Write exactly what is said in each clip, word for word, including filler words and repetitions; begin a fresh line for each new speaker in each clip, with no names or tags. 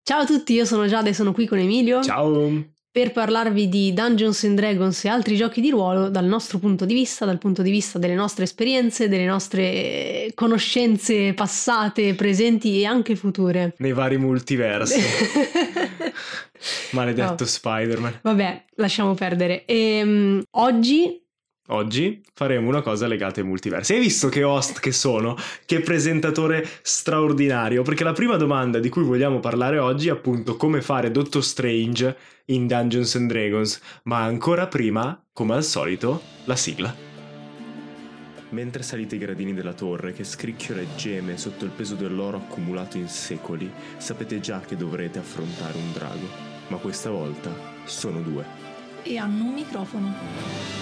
Ciao a tutti, io sono Giada e sono qui con Emilio.
Ciao!
Per parlarvi di Dungeons and Dragons e altri giochi di ruolo dal nostro punto di vista, dal punto di vista delle nostre esperienze, delle nostre conoscenze passate, presenti e anche future.
Nei vari multiversi. Maledetto
No.
Spider-Man.
Vabbè, lasciamo perdere. E, oggi...
Oggi faremo una cosa legata ai multiversi. Hai visto che host che sono? Che presentatore straordinario? Perché la prima domanda di cui vogliamo parlare oggi è appunto come fare Doctor Strange in Dungeons and Dragons. Ma ancora prima, come al solito, la sigla. Mentre salite i gradini della torre che scricchiola e geme sotto il peso dell'oro accumulato in secoli, sapete già che dovrete affrontare un drago. Ma questa volta sono due.
E hanno un microfono.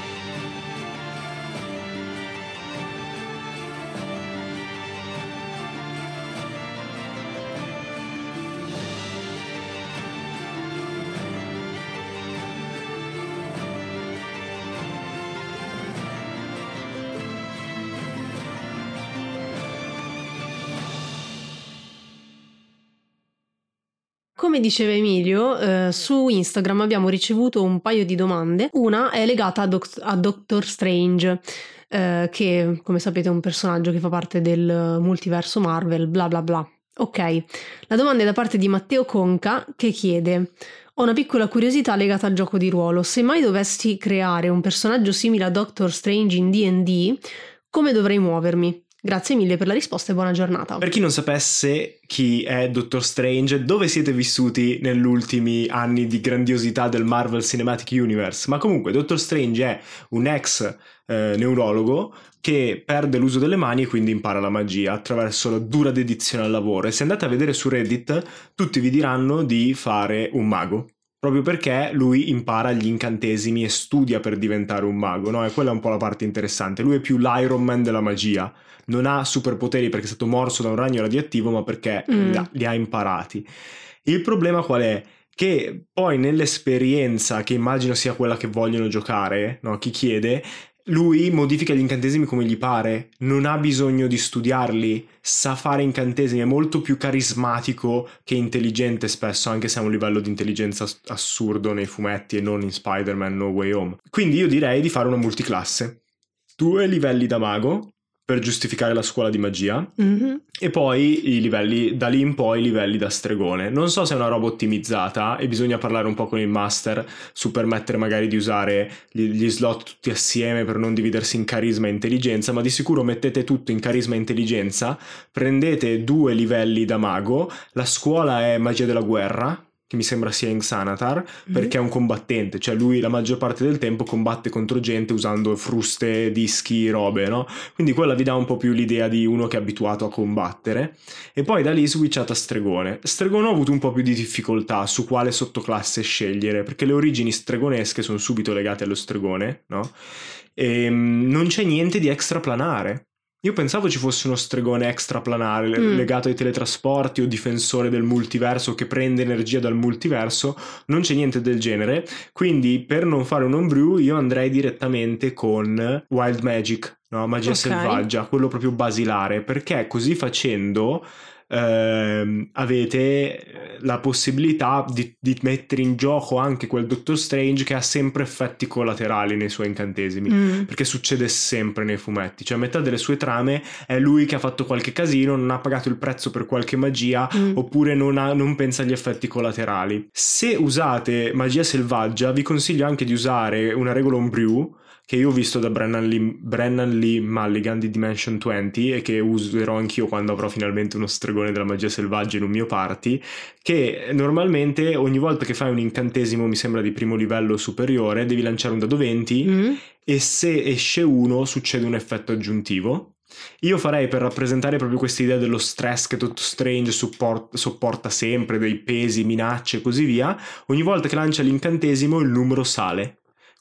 Come diceva Emilio, eh, su Instagram abbiamo ricevuto un paio di domande. Una è legata a, Doc- a Doctor Strange, eh, che come sapete è un personaggio che fa parte del multiverso Marvel, bla bla bla. Ok, la domanda è da parte di Matteo Conca che chiede: ho una piccola curiosità legata al gioco di ruolo. Se mai dovessi creare un personaggio simile a Doctor Strange in D and D, come dovrei muovermi? Grazie mille per la risposta e buona giornata.
Per chi non sapesse chi è Doctor Strange, dove siete vissuti negli ultimi anni di grandiosità del Marvel Cinematic Universe? Ma comunque Doctor Strange è un ex eh, neurologo che perde l'uso delle mani e quindi impara la magia attraverso la dura dedizione al lavoro. E se andate a vedere su Reddit, tutti vi diranno di fare un mago. Proprio perché lui impara gli incantesimi e studia per diventare un mago, no? E quella è un po' la parte interessante. Lui è più l'Iron Man della magia. Non ha superpoteri perché è stato morso da un ragno radioattivo, ma perché
Mm.
li, ha, li ha imparati. Il problema qual è? Che poi nell'esperienza, che immagino sia quella che vogliono giocare, no? Chi chiede, lui modifica gli incantesimi come gli pare, non ha bisogno di studiarli, sa fare incantesimi, è molto più carismatico che intelligente spesso, anche se ha un livello di intelligenza assurdo nei fumetti e non in Spider-Man No Way Home. Quindi io direi di fare una multiclasse. Due livelli da mago per giustificare la scuola di magia,
Mm-hmm.
e poi i livelli da lì in poi i livelli da stregone. Non so se è una roba ottimizzata e bisogna parlare un po' con il master su permettere magari di usare gli, gli slot tutti assieme per non dividersi in carisma e intelligenza, ma di sicuro mettete tutto in carisma e intelligenza, prendete due livelli da mago, la scuola è magia della guerra, che mi sembra sia in Xanatar, perché è un combattente, cioè lui la maggior parte del tempo combatte contro gente usando fruste, dischi, robe, no? Quindi quella vi dà un po' più l'idea di uno che è abituato a combattere. E poi da lì switchata a stregone. Stregone ho avuto un po' più di difficoltà su quale sottoclasse scegliere, perché le origini stregonesche sono subito legate allo stregone, no? E non c'è niente di extraplanare. Io pensavo ci fosse uno stregone extraplanare
Mm.
legato ai teletrasporti o difensore del multiverso che prende energia dal multiverso. Non c'è niente del genere, quindi per non fare un homebrew io andrei direttamente con Wild Magic, no? Magia
Ok.
selvaggia, quello proprio basilare, perché così facendo ehm, avete la possibilità di, di mettere in gioco anche quel Doctor Strange che ha sempre effetti collaterali nei suoi incantesimi.
Mm.
Perché succede sempre nei fumetti, cioè a metà delle sue trame è lui che ha fatto qualche casino, non ha pagato il prezzo per qualche magia,
Mm.
oppure non, ha, non pensa agli effetti collaterali. Se usate magia selvaggia vi consiglio anche di usare una regola homebrew che io ho visto da Brennan Lee, Brennan Lee Mulligan di Dimension venti e che userò anch'io quando avrò finalmente uno stregone della magia selvaggia in un mio party, che normalmente ogni volta che fai un incantesimo, mi sembra di primo livello superiore, devi lanciare un dado venti
Mm.
e se esce uno succede un effetto aggiuntivo. Io farei, per rappresentare proprio questa idea dello stress che Doctor Strange support- sopporta sempre, dei pesi, minacce e così via, ogni volta che lancia l'incantesimo il numero sale.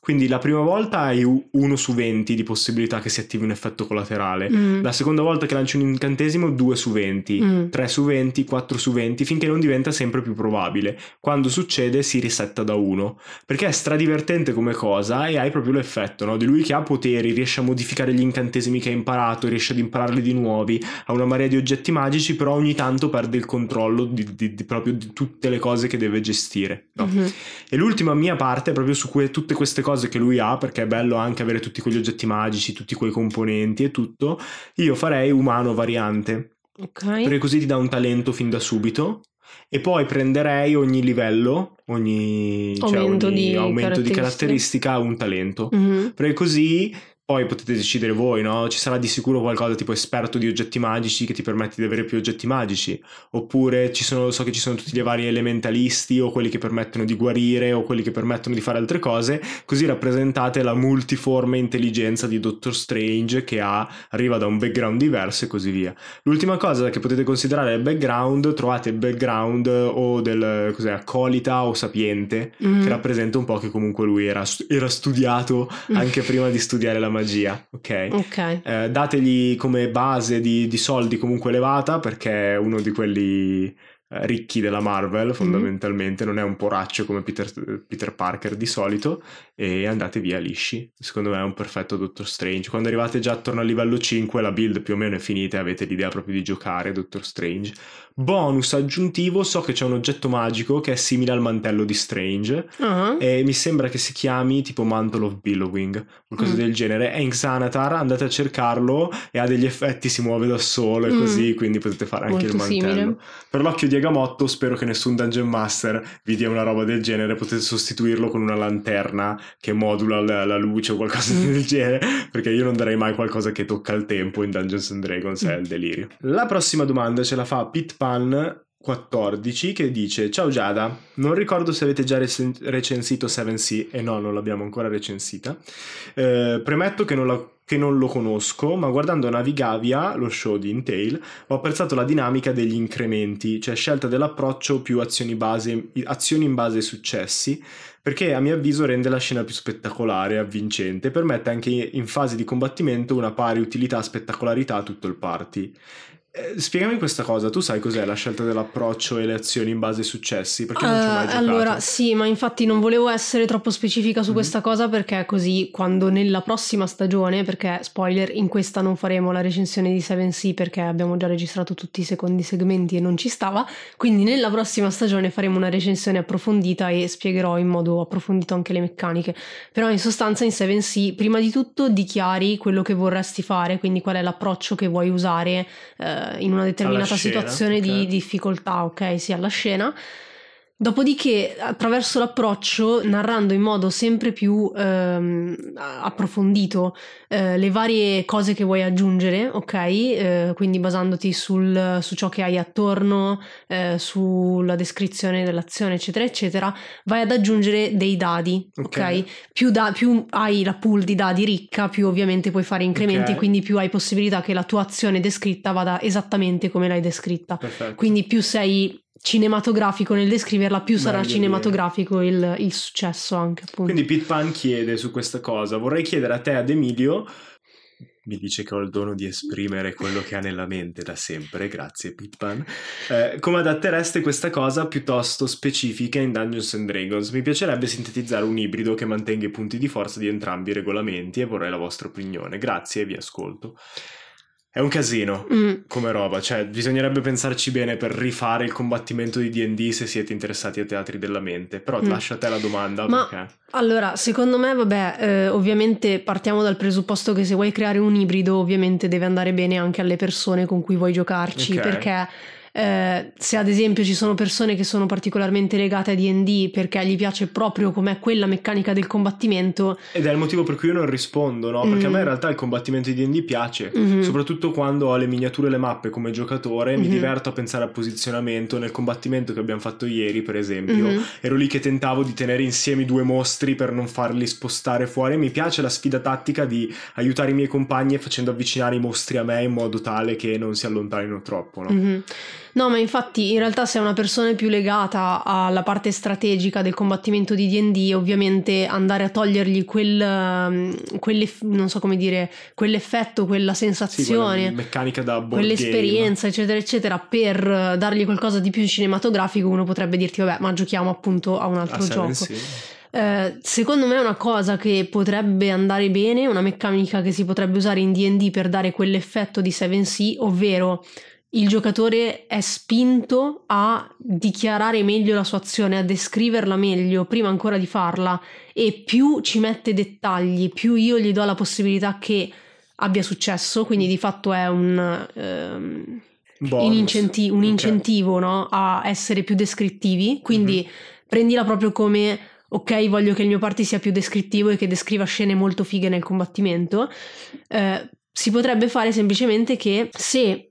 Quindi la prima volta hai uno su venti di possibilità che si attivi un effetto collaterale, mm. la seconda volta che lanci un incantesimo due su venti, mm. tre su venti, quattro su venti, finché non diventa sempre più probabile. Quando succede si risetta da uno, perché è stradivertente come cosa e hai proprio l'effetto, no? Di lui che ha poteri, riesce a modificare gli incantesimi che ha imparato, riesce ad impararli di nuovi, ha una marea di oggetti magici, però ogni tanto perde il controllo di, di, di proprio di tutte le cose che deve gestire, no? Mm-hmm. E l'ultima mia parte è proprio su que- tutte queste cose che lui ha, perché è bello anche avere tutti quegli oggetti magici, tutti quei componenti e tutto. Io farei umano variante, okay. Perché così ti dà un talento fin da subito e poi prenderei ogni livello, ogni aumento, cioè ogni di, aumento caratteristica. di caratteristica un talento, mm-hmm. Perché così poi potete decidere voi, no? Ci sarà di sicuro qualcosa tipo esperto di oggetti magici che ti permette di avere più oggetti magici, oppure ci sono, so che ci sono tutti i vari elementalisti o quelli che permettono di guarire o quelli che permettono di fare altre cose, così rappresentate la multiforme intelligenza di Doctor Strange che ha, arriva da un background diverso e così via. L'ultima cosa che potete considerare è il background, trovate il background o del cos'è, accolita o sapiente, mm. che rappresenta un po' che comunque lui era, era studiato anche mm. prima di studiare la magia, ok?
okay.
Eh, dategli come base di, di soldi comunque elevata, perché è uno di quelli eh, ricchi della Marvel fondamentalmente, mm-hmm. non è un poraccio come Peter, Peter Parker di solito, e andate via lisci. Secondo me è un perfetto Doctor Strange. Quando arrivate già attorno al livello cinque la build più o meno è finita e avete l'idea proprio di giocare Doctor Strange. Bonus aggiuntivo, so che c'è un oggetto magico che è simile al mantello di Strange, uh-huh. e mi sembra che si chiami tipo Mantle of Billowing, qualcosa mm. del genere. È in Xanatar, andate a cercarlo e ha degli effetti, si muove da solo e mm. così, quindi potete fare anche Molto il mantello. Simile. Per l'occhio di Agamotto spero che nessun Dungeon Master vi dia una roba del genere, potete sostituirlo con una lanterna che modula la, la luce o qualcosa mm. del genere, perché io non darei mai qualcosa che tocca il tempo in Dungeons and Dragons, mm. è il delirio. La prossima domanda ce la fa Pitpan quattordici che dice: ciao Giada, non ricordo se avete già rec- recensito Seven Sea, e no, non l'abbiamo ancora recensita. Eh, premetto che non, la, che non lo conosco, ma guardando Navigavia, lo show di Intel, ho apprezzato la dinamica degli incrementi, cioè scelta dell'approccio più azioni, base, azioni in base ai successi, perché a mio avviso rende la scena più spettacolare e avvincente, e permette anche in fase di combattimento una pari utilità spettacolarità a tutto il party. Eh, spiegami questa cosa, tu sai cos'è la scelta dell'approccio e le azioni in base ai successi? Perché non ci ho mai giocato.
Allora sì, ma infatti non volevo essere troppo specifica su mm-hmm. questa cosa, perché così quando nella prossima stagione, perché spoiler, in questa non faremo la recensione di Seven Sea perché abbiamo già registrato tutti i secondi segmenti e non ci stava, quindi nella prossima stagione faremo una recensione approfondita e spiegherò in modo approfondito anche le meccaniche. Però in sostanza in Seven Sea prima di tutto dichiari quello che vorresti fare, quindi qual è l'approccio che vuoi usare eh, in una determinata scena, situazione okay. di difficoltà, ok, sì, alla scena. Dopodiché, attraverso l'approccio, narrando in modo sempre più ehm, approfondito eh, le varie cose che vuoi aggiungere, ok? Eh, quindi basandoti sul, su ciò che hai attorno, eh, sulla descrizione dell'azione, eccetera, eccetera, vai ad aggiungere dei dadi, ok? okay? Più, da, più hai la pool di dadi ricca, più ovviamente puoi fare incrementi, okay. quindi più hai possibilità che la tua azione descritta vada esattamente come l'hai descritta. Perfetto. Quindi più sei cinematografico nel descriverla, più sarà Meglio cinematografico il, il successo anche, appunto.
Quindi Pitpan chiede su questa cosa: vorrei chiedere a te, ad Emilio, mi dice che ho il dono di esprimere quello che ha nella mente da sempre, grazie Pitpan, eh, come adattereste questa cosa piuttosto specifica in Dungeons and Dragons? Mi piacerebbe sintetizzare un ibrido che mantenga i punti di forza di entrambi i regolamenti e vorrei la vostra opinione, grazie e vi ascolto. È un casino mm. come roba, cioè bisognerebbe pensarci bene per rifare il combattimento di D and D se siete interessati ai teatri della mente, però mm. lascia a te la domanda.
Ma
perché...
allora, secondo me, vabbè, eh, ovviamente partiamo dal presupposto che se vuoi creare un ibrido ovviamente deve andare bene anche alle persone con cui vuoi giocarci, okay. perché... Eh, se ad esempio ci sono persone che sono particolarmente legate a D and D perché gli piace proprio com'è quella meccanica del combattimento,
ed è il motivo per cui io non rispondo, no? Perché mm. a me in realtà il combattimento di D and D piace, mm-hmm. soprattutto quando ho le miniature e le mappe come giocatore, mm-hmm. mi diverto a pensare al posizionamento. Nel combattimento che abbiamo fatto ieri, per esempio, mm-hmm. ero lì che tentavo di tenere insieme i due mostri per non farli spostare fuori. Mi piace la sfida tattica di aiutare i miei compagni facendo avvicinare i mostri a me in modo tale che non si allontanino troppo, no?
Mm-hmm. No, ma infatti in realtà se una persona è più legata alla parte strategica del combattimento di D and D, ovviamente andare a togliergli quel, quelle, non so come dire, quell'effetto, quella sensazione,
sì, quella meccanica da board
quell'esperienza,
game,
eccetera, eccetera, per dargli qualcosa di più cinematografico, uno potrebbe dirti, vabbè, ma giochiamo appunto a un altro
a
gioco.
Sì.
Eh, secondo me è una cosa che potrebbe andare bene, una meccanica che si potrebbe usare in D and D per dare quell'effetto di seven C, ovvero il giocatore è spinto a dichiarare meglio la sua azione, a descriverla meglio prima ancora di farla, e più ci mette dettagli, più io gli do la possibilità che abbia successo, quindi di fatto è un, um, un, incenti- un incentivo, okay, no? A essere più descrittivi, quindi mm-hmm. prendila proprio come ok, voglio che il mio party sia più descrittivo e che descriva scene molto fighe nel combattimento. Eh, si potrebbe fare semplicemente che se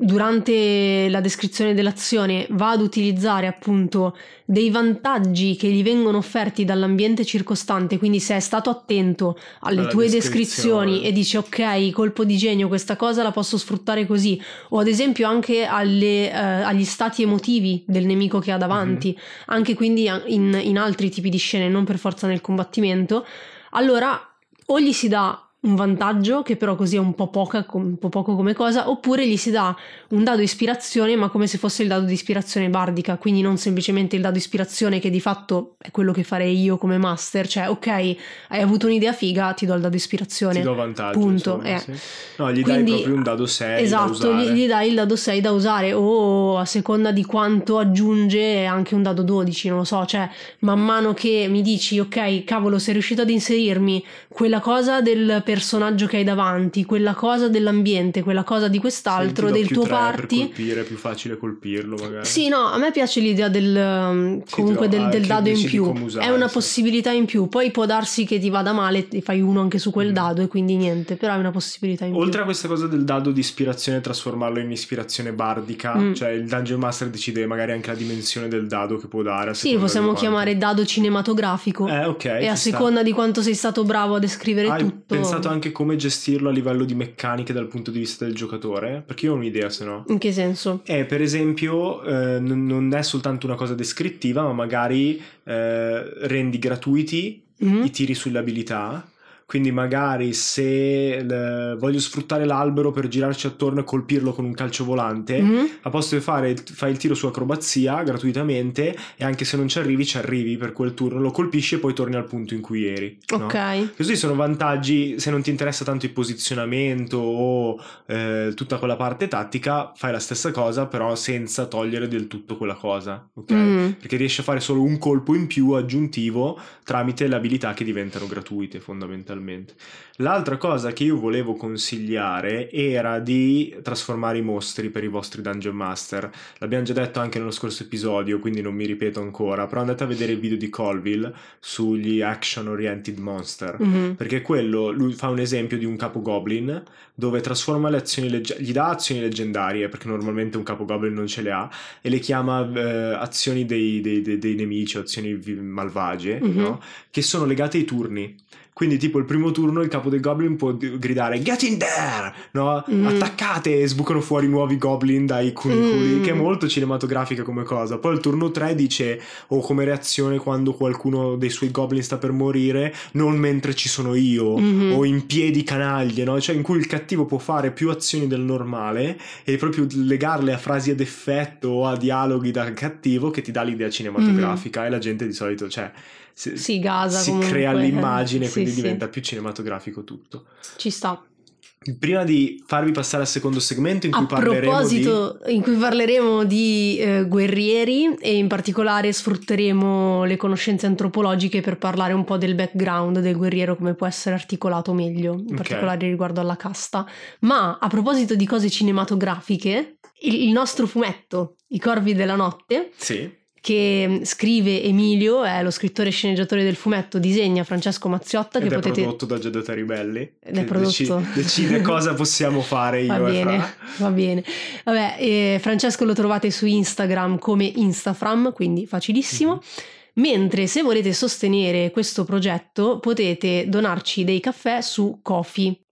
durante la descrizione dell'azione va ad utilizzare appunto dei vantaggi che gli vengono offerti dall'ambiente circostante, quindi se è stato attento alle
alla
tue descrizioni e dice ok, colpo di genio, questa cosa la posso sfruttare così, o ad esempio anche alle, eh, agli stati emotivi del nemico che ha davanti, mm-hmm. anche quindi in, in altri tipi di scene, non per forza nel combattimento, allora o gli si dà un vantaggio che però così è un po' poca, un po' poco come cosa, oppure gli si dà un dado ispirazione ma come se fosse il dado di ispirazione bardica, quindi non semplicemente il dado ispirazione che di fatto è quello che farei io come master, cioè ok, hai avuto un'idea figa, ti do il dado ispirazione,
ti do vantaggio,
punto.
Insomma,
eh.
sì. No, gli
quindi,
dai proprio un dado sei
esatto,
da usare.
Gli, gli dai il dado sei da usare, o a seconda di quanto aggiunge anche un dado dodici, non lo so, cioè man mano che mi dici ok, cavolo, sei riuscito ad inserirmi quella cosa del personaggio che hai davanti, quella cosa dell'ambiente, quella cosa di quest'altro,
sì,
del tuo party,
per colpire, è più facile colpirlo magari.
Sì, no, a me piace l'idea del sì, comunque del, del dado in più,
usare,
è una
sì.
possibilità in più, poi può darsi che ti vada male, ti fai uno anche su quel mm. dado e quindi niente, però è una possibilità in
Oltre
più.
a questa cosa del dado di ispirazione, trasformarlo in ispirazione bardica, mm. cioè il Dungeon Master decide magari anche la dimensione del dado che può dare.
Sì, possiamo chiamare dado cinematografico,
eh, okay,
e a
sta.
seconda di quanto sei stato bravo a descrivere
Hai
tutto.
Hai pensato anche come gestirlo a livello di meccaniche dal punto di vista del giocatore? Perché io ho un'idea, se no.
In che senso?
Eh, per esempio, eh, n- non è soltanto una cosa descrittiva, ma magari eh, rendi gratuiti mm-hmm. i tiri sulle abilità. Quindi magari se le, voglio sfruttare l'albero per girarci attorno e colpirlo con un calcio volante, mm-hmm. a posto di fare fai il tiro su acrobazia gratuitamente, e anche se non ci arrivi ci arrivi per quel turno, lo colpisci e poi torni al punto in cui eri,
ok,
no? Così sono vantaggi. Se non ti interessa tanto il posizionamento o eh, tutta quella parte tattica, fai la stessa cosa però senza togliere del tutto quella cosa, ok? Mm. Perché riesci a fare solo un colpo in più aggiuntivo tramite le abilità che diventano gratuite fondamentalmente. L'altra cosa che io volevo consigliare era di trasformare i mostri per i vostri Dungeon Master. L'abbiamo già detto anche nello scorso episodio, quindi non mi ripeto ancora, però andate a vedere il video di Colville sugli Action Oriented Monster, mm-hmm. perché quello, lui fa un esempio di un capo goblin dove trasforma le azioni legge- gli dà azioni leggendarie, perché normalmente un capo goblin non ce le ha, e le chiama eh, azioni dei, dei, dei, dei nemici, azioni malvagie, mm-hmm. no? Che sono legate ai turni. Quindi tipo il primo turno il capo dei goblin può gridare get in there, no? Mm. Attaccate, e sbucano fuori nuovi goblin dai cunicoli, mm. che è molto cinematografica come cosa. Poi il turno tre dice, o oh, come reazione quando qualcuno dei suoi goblin sta per morire, non mentre ci sono io, mm-hmm. o in piedi canaglie, no? Cioè in cui il cattivo può fare più azioni del normale e proprio legarle a frasi ad effetto o a dialoghi da cattivo, che ti dà l'idea cinematografica, mm. e la gente di solito, cioè si,
si gasa,
si
comunque
crea l'immagine,
sì,
quindi
sì.
diventa più cinematografico tutto.
Ci sta.
Prima di farvi passare al secondo segmento in cui
a
parleremo
proposito
di...
in cui parleremo di eh, guerrieri, e in particolare sfrutteremo le conoscenze antropologiche per parlare un po' del background del guerriero, come può essere articolato meglio, in okay. particolare riguardo alla casta. Ma a proposito di cose cinematografiche, il, il nostro fumetto I Corvi della Notte,
sì.
che scrive Emilio, è lo scrittore e sceneggiatore del fumetto, disegna Francesco Mazziotta,
ed
che
è
potete...
prodotto da Giada Ribelli,
ed è prodotto...
decide, decide cosa possiamo fare io
va
e
bene,
Fra.
va bene. Vabbè, eh, Francesco lo trovate su Instagram come Instafram, quindi facilissimo. Mm-hmm. Mentre se volete sostenere questo progetto potete donarci dei caffè su Ko-fi.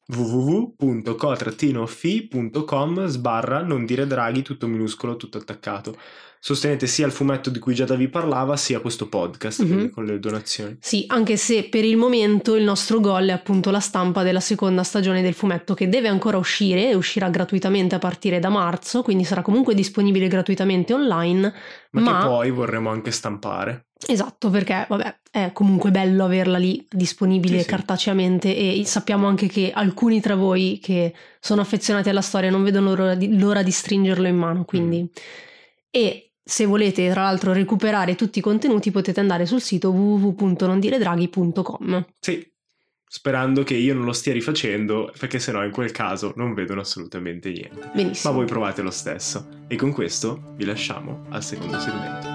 www punto co fi punto com sbarra non dire draghi, tutto minuscolo, tutto attaccato. Sostenete sia il fumetto di cui Giada vi parlava, sia questo podcast, mm-hmm. quindi con le donazioni.
Sì, anche se per il momento il nostro goal è appunto la stampa della seconda stagione del fumetto, che deve ancora uscire e uscirà gratuitamente a partire da marzo, quindi sarà comunque disponibile gratuitamente online.
Ma,
ma...
che poi vorremmo anche stampare.
Esatto, perché vabbè, è comunque bello averla lì disponibile sì, cartaceamente sì. E sappiamo anche che alcuni tra voi che sono affezionati alla storia non vedono l'ora di, l'ora di stringerlo in mano, quindi... Mm. E se volete tra l'altro recuperare tutti i contenuti potete andare sul sito w w w punto non dire draghi punto com.
Sì, sperando che io non lo stia rifacendo, perché sennò in quel caso non vedono assolutamente niente.
Benissimo.
Ma voi provate lo stesso. E con questo vi lasciamo al secondo segmento.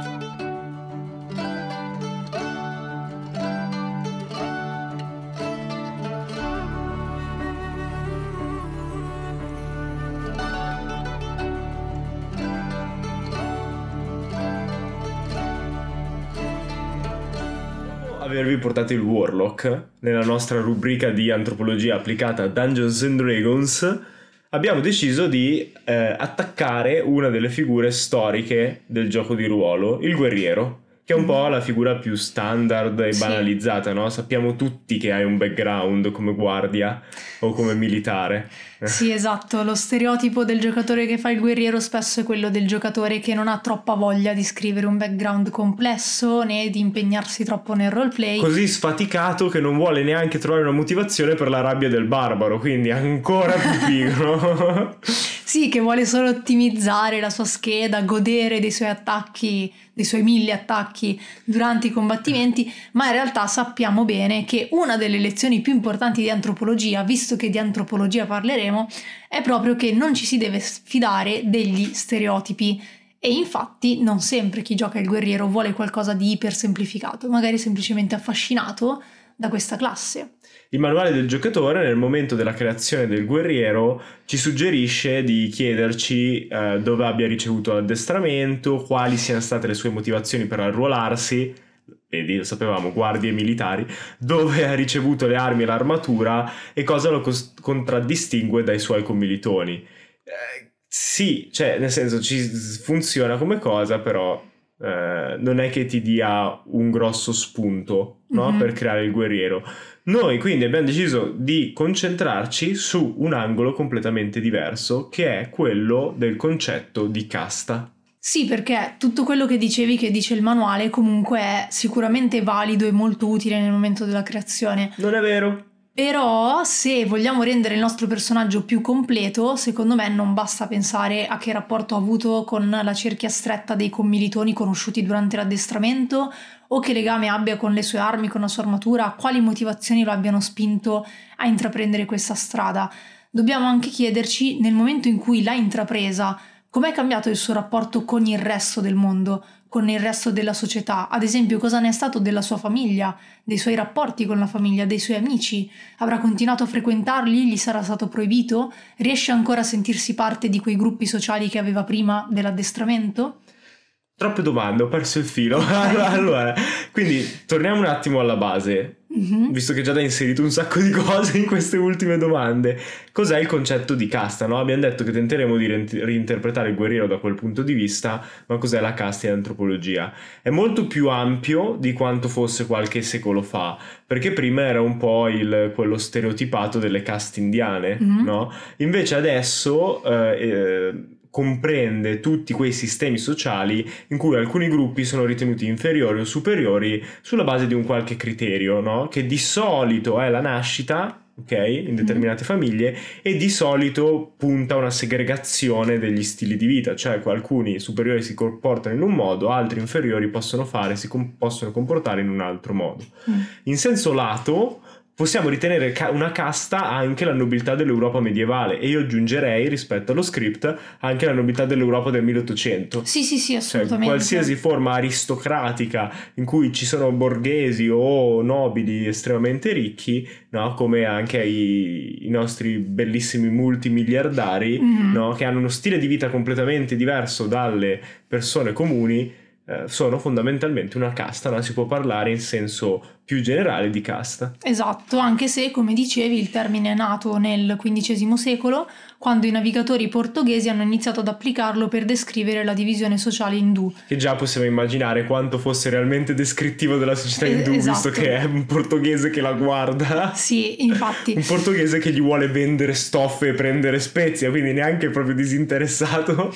Avervi portato il Warlock nella nostra rubrica di antropologia applicata a Dungeons and Dragons, abbiamo deciso di eh, attaccare una delle figure storiche del gioco di ruolo, il guerriero, che è un po' la figura più standard e banalizzata, sì. No? Sappiamo tutti che hai un background come guardia o come militare.
Sì, esatto, lo stereotipo del giocatore che fa il guerriero spesso è quello del giocatore che non ha troppa voglia di scrivere un background complesso né di impegnarsi troppo nel roleplay.
Così sfaticato che non vuole neanche trovare una motivazione per la rabbia del barbaro, quindi ancora più pigro.
Sì, che vuole solo ottimizzare la sua scheda, godere dei suoi attacchi, dei suoi mille attacchi durante i combattimenti, ma in realtà sappiamo bene che una delle lezioni più importanti di antropologia, visto che di antropologia parleremo, è proprio che non ci si deve fidare degli stereotipi. E infatti non sempre chi gioca il guerriero vuole qualcosa di ipersemplificato, magari semplicemente affascinato da questa classe.
Il manuale del giocatore nel momento della creazione del guerriero ci suggerisce di chiederci eh, dove abbia ricevuto l'addestramento, quali siano state le sue motivazioni per arruolarsi, vedi, lo sapevamo, guardie militari, dove ha ricevuto le armi e l'armatura e cosa lo cos- contraddistingue dai suoi commilitoni. Eh, sì, cioè nel senso ci funziona come cosa, però eh, non è che ti dia un grosso spunto, no? Mm-hmm. Per creare il guerriero. Noi quindi abbiamo deciso di concentrarci su un angolo completamente diverso, che è quello del concetto di casta.
Sì, perché tutto quello che dicevi, che dice il manuale, comunque è sicuramente valido e molto utile nel momento della creazione.
Non è vero?
Però se vogliamo rendere il nostro personaggio più completo, secondo me non basta pensare a che rapporto ha avuto con la cerchia stretta dei commilitoni conosciuti durante l'addestramento o che legame abbia con le sue armi, con la sua armatura, quali motivazioni lo abbiano spinto a intraprendere questa strada. Dobbiamo anche chiederci, nel momento in cui l'ha intrapresa, com'è cambiato il suo rapporto con il resto del mondo, con il resto della società? Ad esempio, cosa ne è stato della sua famiglia, dei suoi rapporti con la famiglia, dei suoi amici? Avrà continuato a frequentarli? Gli sarà stato proibito? Riesce ancora a sentirsi parte di quei gruppi sociali che aveva prima dell'addestramento?
Troppe domande, ho perso il filo. Allora, quindi torniamo un attimo alla base. Mm-hmm. Visto che già hai inserito un sacco di cose in queste ultime domande, cos'è il concetto di casta, no? Abbiamo detto che tenteremo di reinterpretare il guerriero da quel punto di vista, ma cos'è la casta in antropologia? È molto più ampio di quanto fosse qualche secolo fa, perché prima era un po' il, quello stereotipato delle caste indiane, mm-hmm. no? Invece adesso eh, eh, comprende tutti quei sistemi sociali in cui alcuni gruppi sono ritenuti inferiori o superiori sulla base di un qualche criterio, no? Che di solito è la nascita, ok, in determinate mm. famiglie, e di solito punta a una segregazione degli stili di vita, cioè alcuni superiori si comportano in un modo, altri inferiori possono fare, si com- possono comportare in un altro modo. Mm. In senso lato possiamo ritenere una casta anche la nobiltà dell'Europa medievale, e io aggiungerei, rispetto allo script, anche la nobiltà dell'Europa del milleottocento.
Sì, sì, sì, assolutamente.
Cioè, qualsiasi forma aristocratica in cui ci sono borghesi o nobili estremamente ricchi, no? Come anche i, i nostri bellissimi multimiliardari, mm-hmm. no? Che hanno uno stile di vita completamente diverso dalle persone comuni, eh, sono fondamentalmente una casta, no? Si può parlare in senso più generale di casta.
Esatto, anche se, come dicevi, il termine è nato nel quindicesimo secolo, quando i navigatori portoghesi hanno iniziato ad applicarlo per descrivere la divisione sociale indù.
Che già possiamo immaginare quanto fosse realmente descrittivo della società indù,
esatto.
visto che è un portoghese che la guarda.
Sì, infatti.
Un portoghese che gli vuole vendere stoffe e prendere spezie, quindi neanche proprio disinteressato.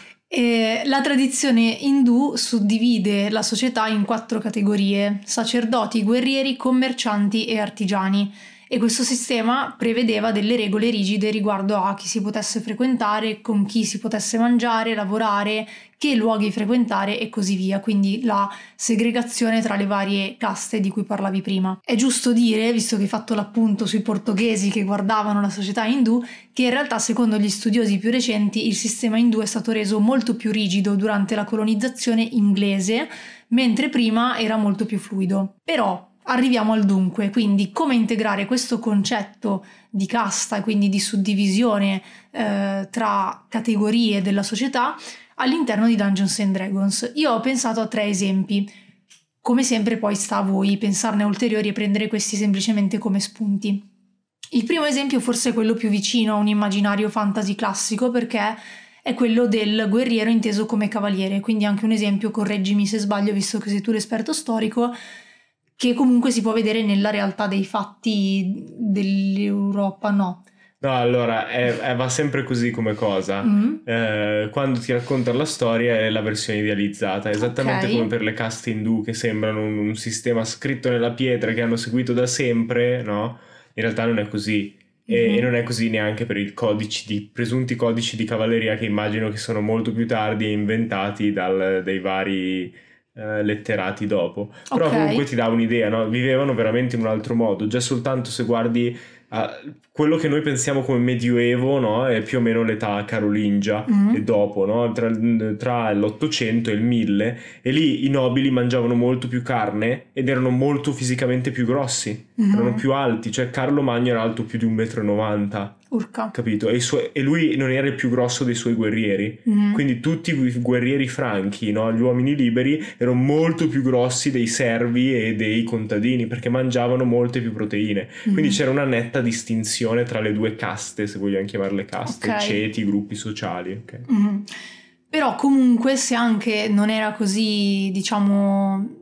E la tradizione indù suddivide la società in quattro categorie: sacerdoti, guerrieri, commercianti e artigiani. E questo sistema prevedeva delle regole rigide riguardo a chi si potesse frequentare, con chi si potesse mangiare, lavorare, che luoghi frequentare e così via, quindi la segregazione tra le varie caste di cui parlavi prima. È giusto dire, visto che hai fatto l'appunto sui portoghesi che guardavano la società indù, che in realtà secondo gli studiosi più recenti il sistema indù è stato reso molto più rigido durante la colonizzazione inglese, mentre prima era molto più fluido. Però arriviamo al dunque, quindi come integrare questo concetto di casta e quindi di suddivisione eh, tra categorie della società all'interno di Dungeons and Dragons. Io ho pensato a tre esempi, come sempre poi sta a voi pensarne ulteriori e prendere questi semplicemente come spunti. Il primo esempio forse è quello più vicino a un immaginario fantasy classico, perché è quello del guerriero inteso come cavaliere, quindi anche un esempio, correggimi se sbaglio visto che sei tu l'esperto storico, che comunque si può vedere nella realtà dei fatti dell'Europa, no?
No, allora, è, è, va sempre così come cosa. Mm-hmm. Eh, quando ti raccontano la storia è la versione idealizzata, esattamente okay. come per le caste indù che sembrano un, un sistema scritto nella pietra che hanno seguito da sempre, no? In realtà non è così. E, mm-hmm. e non è così neanche per i codici di, presunti codici di cavalleria che immagino che sono molto più tardi e inventati dal, dai vari... Uh, letterati dopo, però okay. comunque ti dà un'idea, no? Vivevano veramente in un altro modo, già soltanto se guardi uh, quello che noi pensiamo come medioevo, no? È più o meno l'età carolingia mm-hmm. e dopo, no? tra, tra l'ottocento e il mille, e lì i nobili mangiavano molto più carne ed erano molto fisicamente più grossi, mm-hmm. erano più alti, cioè Carlo Magno era alto più di un metro e novanta.
Urca.
Capito? E, suoi, e lui non era il più grosso dei suoi guerrieri, mm. quindi tutti i guerrieri franchi, no? Gli uomini liberi erano molto più grossi dei servi e dei contadini perché mangiavano molte più proteine, mm. quindi c'era una netta distinzione tra le due caste, se vogliamo chiamarle caste, okay. ceti, gruppi sociali, okay.
mm. Però comunque se anche non era così, diciamo,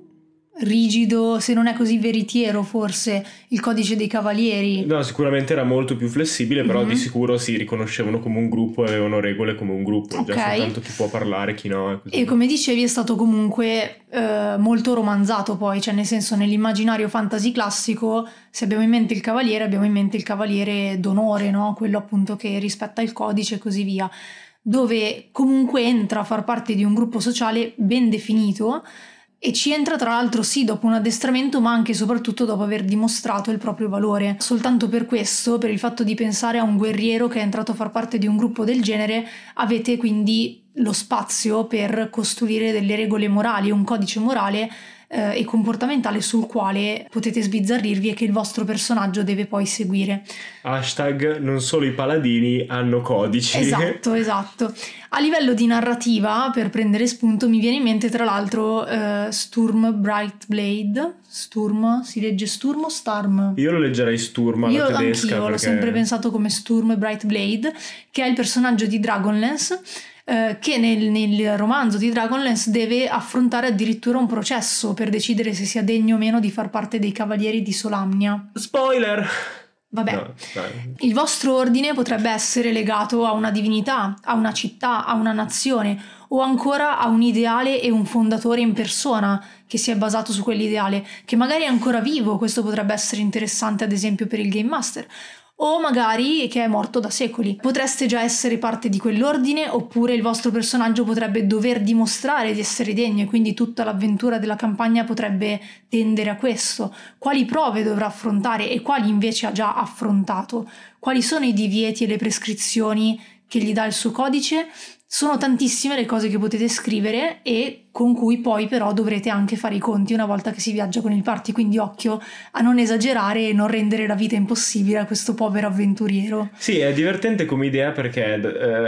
rigido, se non è così veritiero forse il codice dei cavalieri,
no, sicuramente era molto più flessibile, però mm-hmm. di sicuro si riconoscevano come un gruppo e avevano regole come un gruppo, okay. già soltanto chi può parlare, chi no, e così.
E come dicevi è stato comunque eh, molto romanzato poi, cioè nel senso nell'immaginario fantasy classico se abbiamo in mente il cavaliere abbiamo in mente il cavaliere d'onore, no? Quello appunto che rispetta il codice e così via, dove comunque entra a far parte di un gruppo sociale ben definito. E ci entra tra l'altro sì dopo un addestramento, ma anche e soprattutto dopo aver dimostrato il proprio valore. Soltanto per questo, per il fatto di pensare a un guerriero che è entrato a far parte di un gruppo del genere, avete quindi lo spazio per costruire delle regole morali, un codice morale eh, e comportamentale sul quale potete sbizzarrirvi e che il vostro personaggio deve poi seguire.
Hashtag non solo i paladini hanno codici.
Esatto, esatto. A livello di narrativa, per prendere spunto, mi viene in mente tra l'altro uh, Sturm Brightblade. Sturm, si legge Sturm o Starm?
Io lo leggerei Sturm alla
Io
tedesca.
Io anch'io
perché...
l'ho sempre pensato come Sturm Brightblade, che è il personaggio di Dragonlance, uh, che nel, nel romanzo di Dragonlance deve affrontare addirittura un processo per decidere se sia degno o meno di far parte dei Cavalieri di Solamnia.
Spoiler!
Vabbè, no, il vostro ordine potrebbe essere legato a una divinità, a una città, a una nazione o ancora a un ideale e un fondatore in persona che si è basato su quell'ideale, che magari è ancora vivo. Questo potrebbe essere interessante ad esempio per il Game Master, o magari che è morto da secoli. Potreste già essere parte di quell'ordine, oppure il vostro personaggio potrebbe dover dimostrare di essere degno e quindi tutta l'avventura della campagna potrebbe tendere a questo. Quali prove dovrà affrontare e quali invece ha già affrontato? Quali sono i divieti e le prescrizioni che gli dà il suo codice? Sono tantissime le cose che potete scrivere e con cui poi però dovrete anche fare i conti una volta che si viaggia con il party, quindi occhio a non esagerare e non rendere la vita impossibile a questo povero avventuriero.
Sì, è divertente come idea perché eh,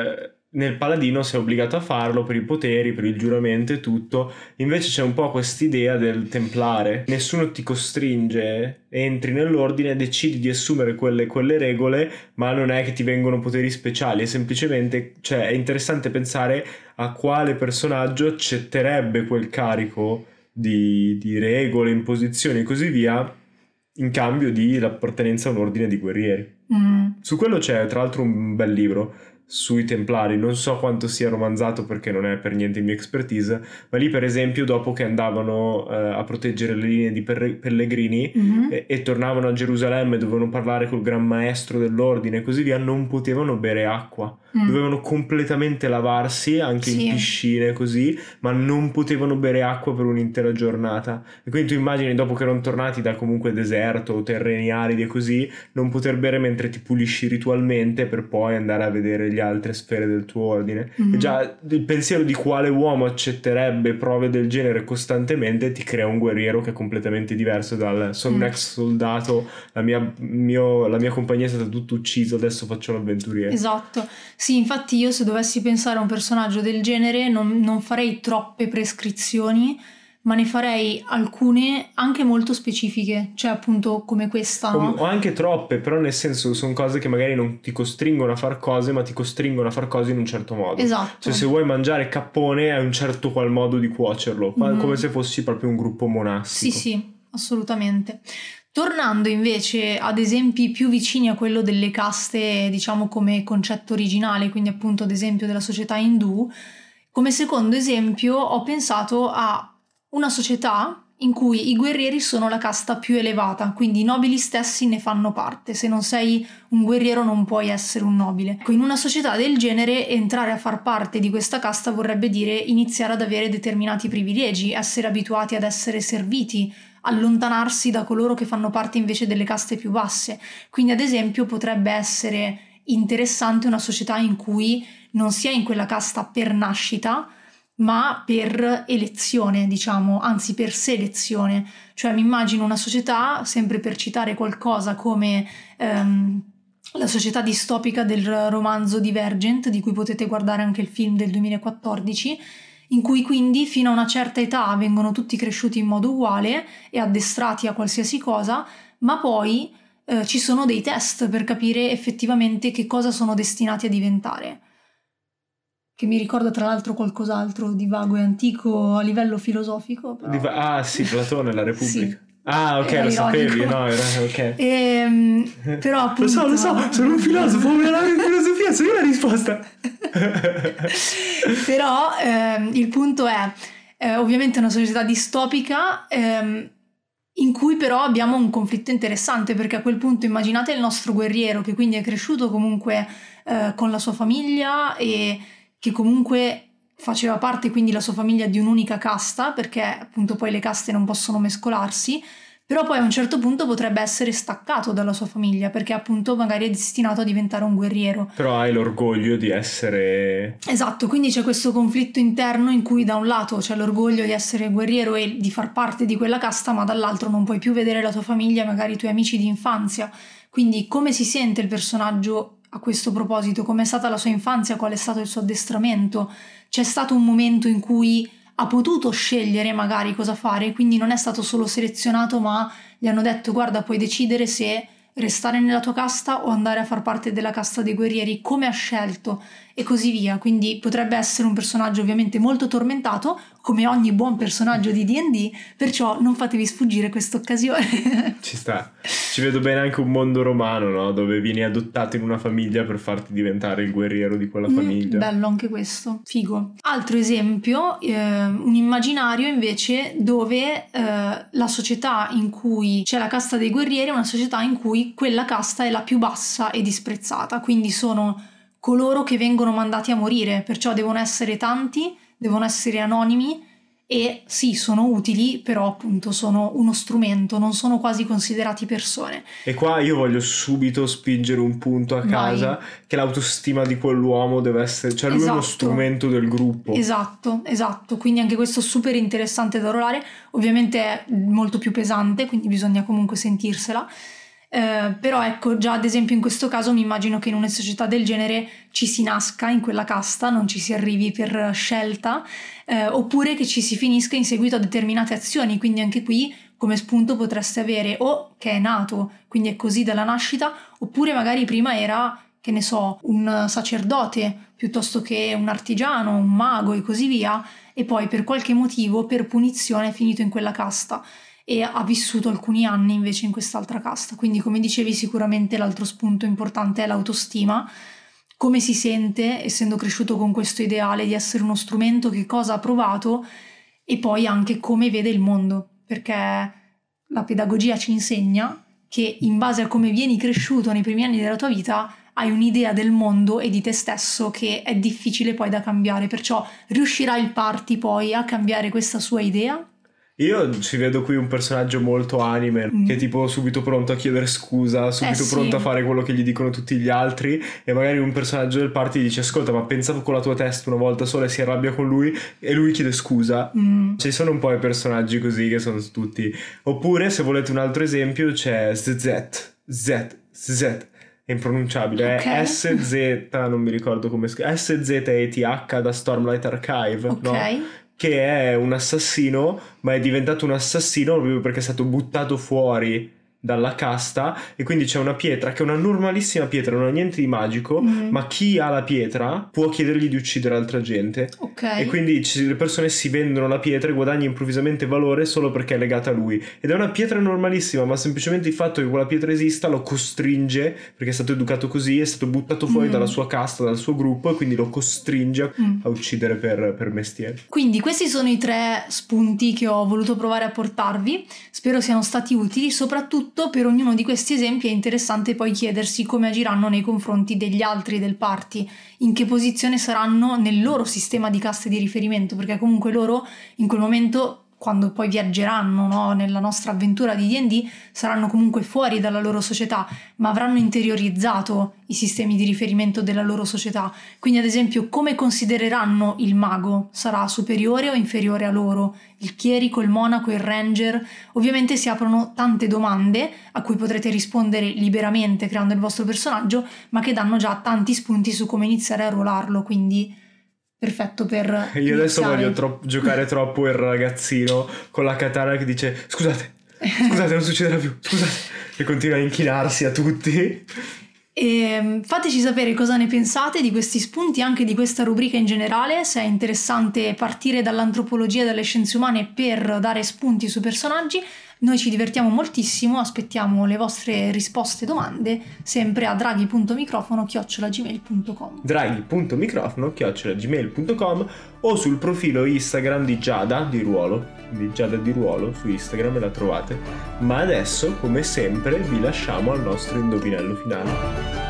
nel paladino sei obbligato a farlo per i poteri, per il giuramento e tutto. Invece c'è un po' quest'idea del templare, nessuno ti costringe, entri nell'ordine, decidi di assumere quelle, quelle regole, ma non è che ti vengono poteri speciali, è semplicemente, cioè è interessante pensare a quale personaggio accetterebbe quel carico di, di regole, imposizioni e così via, in cambio di l'appartenenza a un ordine di guerrieri.
Mm.
Su quello c'è tra l'altro un bel libro sui templari, non so quanto sia romanzato perché non è per niente in mia expertise, ma lì per esempio dopo che andavano eh, a proteggere le linee di per- pellegrini
Mm-hmm.
e-, e tornavano a Gerusalemme, dovevano parlare col gran maestro dell'ordine e così via, non potevano bere acqua,
Mm.
dovevano completamente lavarsi anche
Sì.
in piscine così, ma non potevano bere acqua per un'intera giornata. E quindi tu immagini, dopo che erano tornati da comunque deserto o terreni aridi e così, non poter bere mentre ti pulisci ritualmente per poi andare a vedere gli altre sfere del tuo ordine.
Mm.
E già il pensiero di quale uomo accetterebbe prove del genere costantemente ti crea un guerriero che è completamente diverso dal sono un
Mm.
ex soldato, la mia, mio, la mia compagnia è stata tutta uccisa, adesso faccio l'avventuriero.
Esatto, sì, infatti io se dovessi pensare a un personaggio del genere non, non farei troppe prescrizioni, ma ne farei alcune anche molto specifiche, cioè appunto come questa, no?
O anche troppe, però nel senso sono cose che magari non ti costringono a far cose, ma ti costringono a far cose in un certo modo.
Esatto.
Cioè se vuoi mangiare cappone hai un certo qual modo di cuocerlo,
Mm.
come se fossi proprio un gruppo monastico.
Sì, sì, assolutamente. Tornando invece ad esempi più vicini a quello delle caste, diciamo come concetto originale, quindi appunto ad esempio della società indù, come secondo esempio ho pensato a una società in cui i guerrieri sono la casta più elevata, quindi i nobili stessi ne fanno parte. Se non sei un guerriero non puoi essere un nobile. Ecco, in una società del genere entrare a far parte di questa casta vorrebbe dire iniziare ad avere determinati privilegi, essere abituati ad essere serviti, allontanarsi da coloro che fanno parte invece delle caste più basse. Quindi ad esempio potrebbe essere interessante una società in cui non si è in quella casta per nascita, ma per elezione, diciamo, anzi per selezione. Cioè mi immagino una società, sempre per citare qualcosa come ehm, la società distopica del romanzo Divergent, di cui potete guardare anche il film del duemilaquattordici, in cui quindi fino a una certa età vengono tutti cresciuti in modo uguale e addestrati a qualsiasi cosa, ma poi eh, ci sono dei test per capire effettivamente che cosa sono destinati a diventare. Che mi ricorda tra l'altro qualcos'altro di vago e antico a livello filosofico. Però...
Di- Ah sì, Platone, la Repubblica.
Sì.
Ah ok,
Era
lo
ironico.
sapevi, no? Era, ok.
Ehm, però appunto...
Lo so, lo so, sono un filosofo, me la in filosofia, so io la risposta.
Però ehm, il punto è, eh, ovviamente una società distopica ehm, in cui però abbiamo un conflitto interessante, perché a quel punto immaginate il nostro guerriero che quindi è cresciuto comunque eh, con la sua famiglia e che comunque faceva parte quindi la sua famiglia di un'unica casta, perché appunto poi le caste non possono mescolarsi, però poi a un certo punto potrebbe essere staccato dalla sua famiglia perché appunto magari è destinato a diventare un guerriero.
Però hai l'orgoglio di essere...
Esatto, quindi c'è questo conflitto interno in cui da un lato c'è l'orgoglio di essere guerriero e di far parte di quella casta, ma dall'altro non puoi più vedere la tua famiglia, magari i tuoi amici di infanzia. Quindi come si sente il personaggio a questo proposito? Com'è stata la sua infanzia? Qual è stato il suo addestramento? C'è stato un momento in cui ha potuto scegliere magari cosa fare, quindi non è stato solo selezionato, ma gli hanno detto guarda, puoi decidere se restare nella tua casta o andare a far parte della casta dei guerrieri, come ha scelto e così via. Quindi potrebbe essere un personaggio ovviamente molto tormentato, come ogni buon personaggio di D and D, perciò non fatevi sfuggire questa occasione.
Ci sta. Ci vedo bene anche un mondo romano, no? Dove vieni adottato in una famiglia per farti diventare il guerriero di quella famiglia.
Mm, bello anche questo, figo. Altro esempio, eh, un immaginario invece dove eh, la società in cui c'è la casta dei guerrieri è una società in cui quella casta è la più bassa e disprezzata, quindi sono coloro che vengono mandati a morire, perciò devono essere tanti, devono essere anonimi e sì, sono utili, però appunto sono uno strumento, non sono quasi considerati persone.
E qua io voglio subito spingere un punto a casa,
Vai.
che l'autostima di quell'uomo deve essere, cioè lui
Esatto.
è uno strumento del gruppo.
Esatto, esatto, quindi anche questo super interessante da rollare, ovviamente è molto più pesante, quindi bisogna comunque sentirsela. Eh, però ecco, già ad esempio in questo caso mi immagino che in una società del genere ci si nasca in quella casta, non ci si arrivi per scelta, eh, oppure che ci si finisca in seguito a determinate azioni, quindi anche qui come spunto potreste avere o che è nato, quindi è così dalla nascita, oppure magari prima era, che ne so, un sacerdote piuttosto che un artigiano, un mago e così via, e poi per qualche motivo, per punizione, è finito in quella casta e ha vissuto alcuni anni invece in quest'altra casta. Quindi, come dicevi, sicuramente l'altro spunto importante è l'autostima, come si sente essendo cresciuto con questo ideale di essere uno strumento, che cosa ha provato e poi anche come vede il mondo, perché la pedagogia ci insegna che in base a come vieni cresciuto nei primi anni della tua vita hai un'idea del mondo e di te stesso che è difficile poi da cambiare, perciò riuscirà il party poi a cambiare questa sua idea?
Io ci vedo qui un personaggio molto anime, mm. che è tipo subito pronto a chiedere scusa, subito
eh sì.
pronto a fare quello che gli dicono tutti gli altri, e magari un personaggio del party dice ascolta, ma pensavo con la tua testa una volta sola, e si arrabbia con lui e lui chiede scusa. Mm. Ci sono un po' i personaggi così che sono tutti. Oppure, se volete un altro esempio, c'è Z Z Z Z, è impronunciabile, okay. È S Z, non mi ricordo come scrive, S Z E T H da Stormlight Archive,
ok,
no? Che è un assassino, ma è diventato un assassino proprio perché è stato buttato fuori dalla casta, e quindi c'è una pietra che è una normalissima pietra, non ha niente di magico, mm. ma chi ha la pietra può chiedergli di uccidere altra gente,
okay.
E quindi ci, le persone si vendono la pietra e guadagnano improvvisamente valore solo perché è legata a lui, ed è una pietra normalissima, ma semplicemente il fatto che quella pietra esista lo costringe, perché è stato educato così, è stato buttato fuori mm. dalla sua casta, dal suo gruppo, e quindi lo costringe mm. a uccidere per, per mestiere.
Quindi questi sono i tre spunti che ho voluto provare a portarvi, spero siano stati utili. Soprattutto per ognuno di questi esempi è interessante poi chiedersi come agiranno nei confronti degli altri del party, in che posizione saranno nel loro sistema di caste di riferimento, perché comunque loro in quel momento, quando poi viaggeranno, no, nella nostra avventura di D and D, saranno comunque fuori dalla loro società, ma avranno interiorizzato i sistemi di riferimento della loro società. Quindi ad esempio come considereranno il mago? Sarà superiore o inferiore a loro? Il chierico, il monaco, il ranger? Ovviamente si aprono tante domande a cui potrete rispondere liberamente creando il vostro personaggio, ma che danno già tanti spunti su come iniziare a ruolarlo, quindi perfetto per io
iniziare. Adesso voglio tro- giocare troppo il ragazzino con la katana che dice scusate, scusate, non succederà più, scusate, e continua a inchinarsi a tutti.
E fateci sapere cosa ne pensate di questi spunti, anche di questa rubrica in generale, se è interessante partire dall'antropologia e dalle scienze umane per dare spunti su personaggi. Noi ci divertiamo moltissimo, aspettiamo le vostre risposte e domande sempre a draghi punto microfono chiocciola gmail punto com
draghi punto microfono chiocciola gmail punto com o sul profilo Instagram di Giada di Ruolo, di Giada di Ruolo su Instagram, la trovate. Ma adesso, come sempre, vi lasciamo al nostro indovinello finale.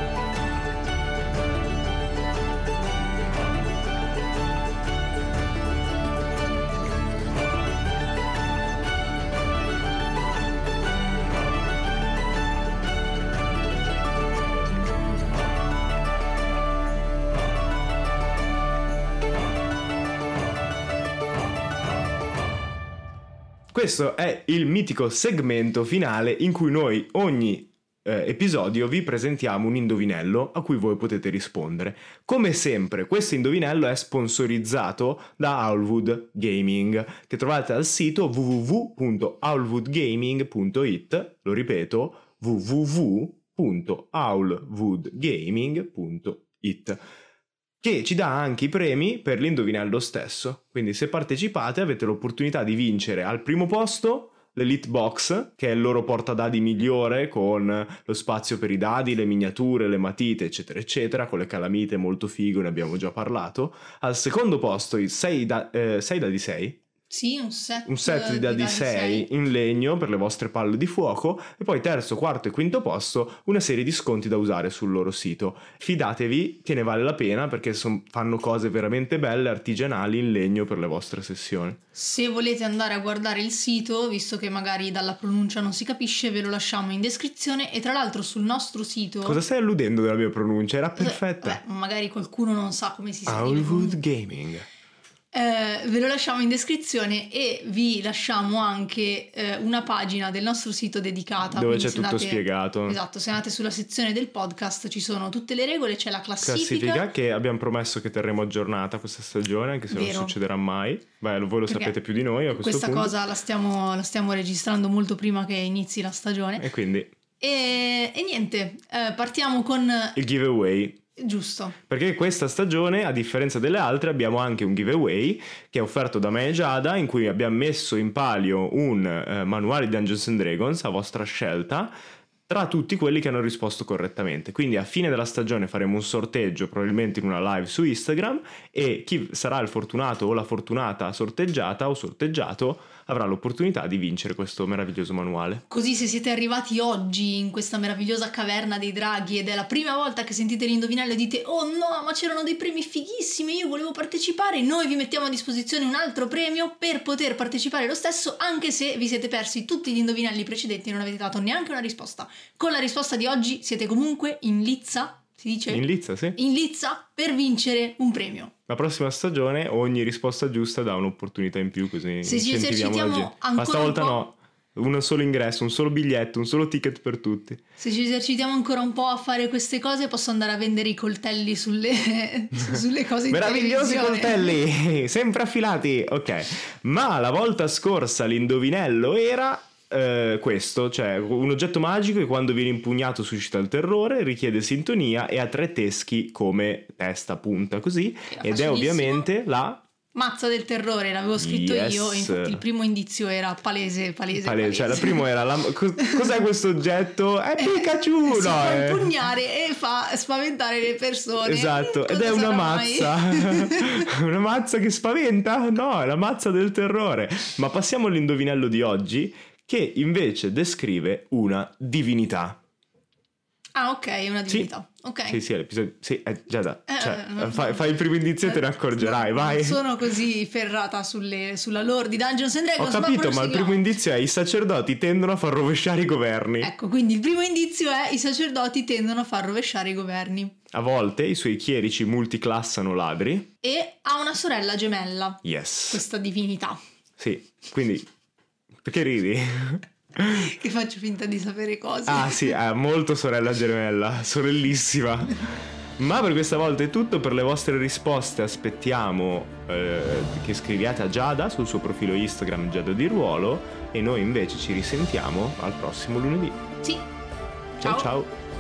Questo è il mitico segmento finale in cui noi ogni eh, episodio vi presentiamo un indovinello a cui voi potete rispondere. Come sempre, questo indovinello è sponsorizzato da Owlwood Gaming, che trovate al sito w w w punto owlwood gaming punto i t. Lo ripeto, w w w punto owlwood gaming punto i t. che ci dà anche i premi per l'indovinello stesso. Quindi se partecipate avete l'opportunità di vincere al primo posto l'Elite Box, che è il loro portadadi migliore, con lo spazio per i dadi, le miniature, le matite, eccetera eccetera, con le calamite molto figo, ne abbiamo già parlato. Al secondo posto il sei da, eh, sei dadi sei.
Sì, un set,
un set di dadi sei in legno per le vostre palle di fuoco, e poi terzo, quarto e quinto posto una serie di sconti da usare sul loro sito. Fidatevi che ne vale la pena, perché son, fanno cose veramente belle, artigianali, in legno per le vostre sessioni.
Se volete andare a guardare il sito, visto che magari dalla pronuncia non si capisce, ve lo lasciamo in descrizione. E tra l'altro sul nostro sito...
Cosa stai alludendo della mia pronuncia? Era perfetta.
Beh, magari qualcuno non sa come si scrive.
Owlwood Gaming.
Eh, ve lo lasciamo in descrizione e vi lasciamo anche eh, una pagina del nostro sito dedicata
dove c'è tutto
andate,
spiegato.
Esatto, se andate sulla sezione del podcast ci sono tutte le regole, c'è la classifica,
classifica che abbiamo promesso che terremo aggiornata questa stagione, anche se
Vero.
non succederà mai. Beh, voi lo
Perché
sapete più di noi a questo
questa
punto.
cosa la stiamo, la stiamo registrando molto prima che inizi la stagione
E quindi
e, e niente, eh, partiamo con
il giveaway.
Giusto.
Perché questa stagione, a differenza delle altre, abbiamo anche un giveaway che è offerto da me e Giada, in cui abbiamo messo in palio un eh, manuale di Dungeons and Dragons a vostra scelta tra tutti quelli che hanno risposto correttamente. Quindi a fine della stagione faremo un sorteggio, probabilmente in una live su Instagram, e chi sarà il fortunato o la fortunata sorteggiata o sorteggiato avrà l'opportunità di vincere questo meraviglioso manuale.
Così, se siete arrivati oggi in questa meravigliosa caverna dei draghi ed è la prima volta che sentite l'indovinello e dite "Oh no, ma c'erano dei premi fighissimi, io volevo partecipare", noi vi mettiamo a disposizione un altro premio per poter partecipare lo stesso, anche se vi siete persi tutti gli indovinelli precedenti e non avete dato neanche una risposta. Con la risposta di oggi siete comunque in lizza, si dice?
In lizza, sì.
In lizza per vincere un premio.
La prossima stagione ogni risposta giusta dà un'opportunità in più, così
Se ci
incentiviamo la
esercitiamo
gente.
ancora
Ma stavolta
un po',
no, un solo ingresso, un solo biglietto, un solo ticket per tutti.
Se ci esercitiamo ancora un po' a fare queste cose, posso andare a vendere i coltelli sulle, sulle cose in
Meravigliosi
televisione.
coltelli, sempre affilati. Ok, ma la volta scorsa l'indovinello era eh, questo, cioè un oggetto magico che quando viene impugnato suscita il terrore, richiede sintonia e ha tre teschi come testa, punta, così, ed è ovviamente la
mazza del terrore, l'avevo scritto
Yes.
io, e infatti il primo indizio era palese, palese,
palese.
palese.
Cioè la prima era la... cos'è questo oggetto? È Pikachu!
Si
no,
fa
è...
impugnare e fa spaventare le persone.
Esatto, ed
Cosa
è una
sarà mai?
mazza. Una mazza che spaventa? No, è la mazza del terrore. Ma passiamo all'indovinello di oggi, che invece descrive una divinità.
Ah, ok, è una divinità.
Sì.
Ok.
Sì, sì, l'episodio... Sì, è già da...
Eh,
Cioè,
no,
fai,
no.
fai il primo indizio e te ne
Eh,
accorgerai,
no,
vai.
Non sono così ferrata sulle, sulla lore di Dungeons and
Ho
Dragons.
capito, ma il
proseguiamo.
primo indizio è i sacerdoti tendono a far rovesciare i governi.
Ecco, quindi il primo indizio è i sacerdoti tendono a far rovesciare i governi.
A volte i suoi chierici multiclassano ladri.
E ha una sorella gemella,
Yes.
questa divinità.
Sì, quindi... Perché ridi?
Che faccio finta di sapere cose.
Ah sì, è molto sorella gemella, sorellissima. Ma per questa volta è tutto. Per le vostre risposte aspettiamo eh, che scriviate a Giada sul suo profilo Instagram Giada di Ruolo, e noi invece ci risentiamo al prossimo lunedì.
Sì.
Ciao ciao,
Ciao.
ciao.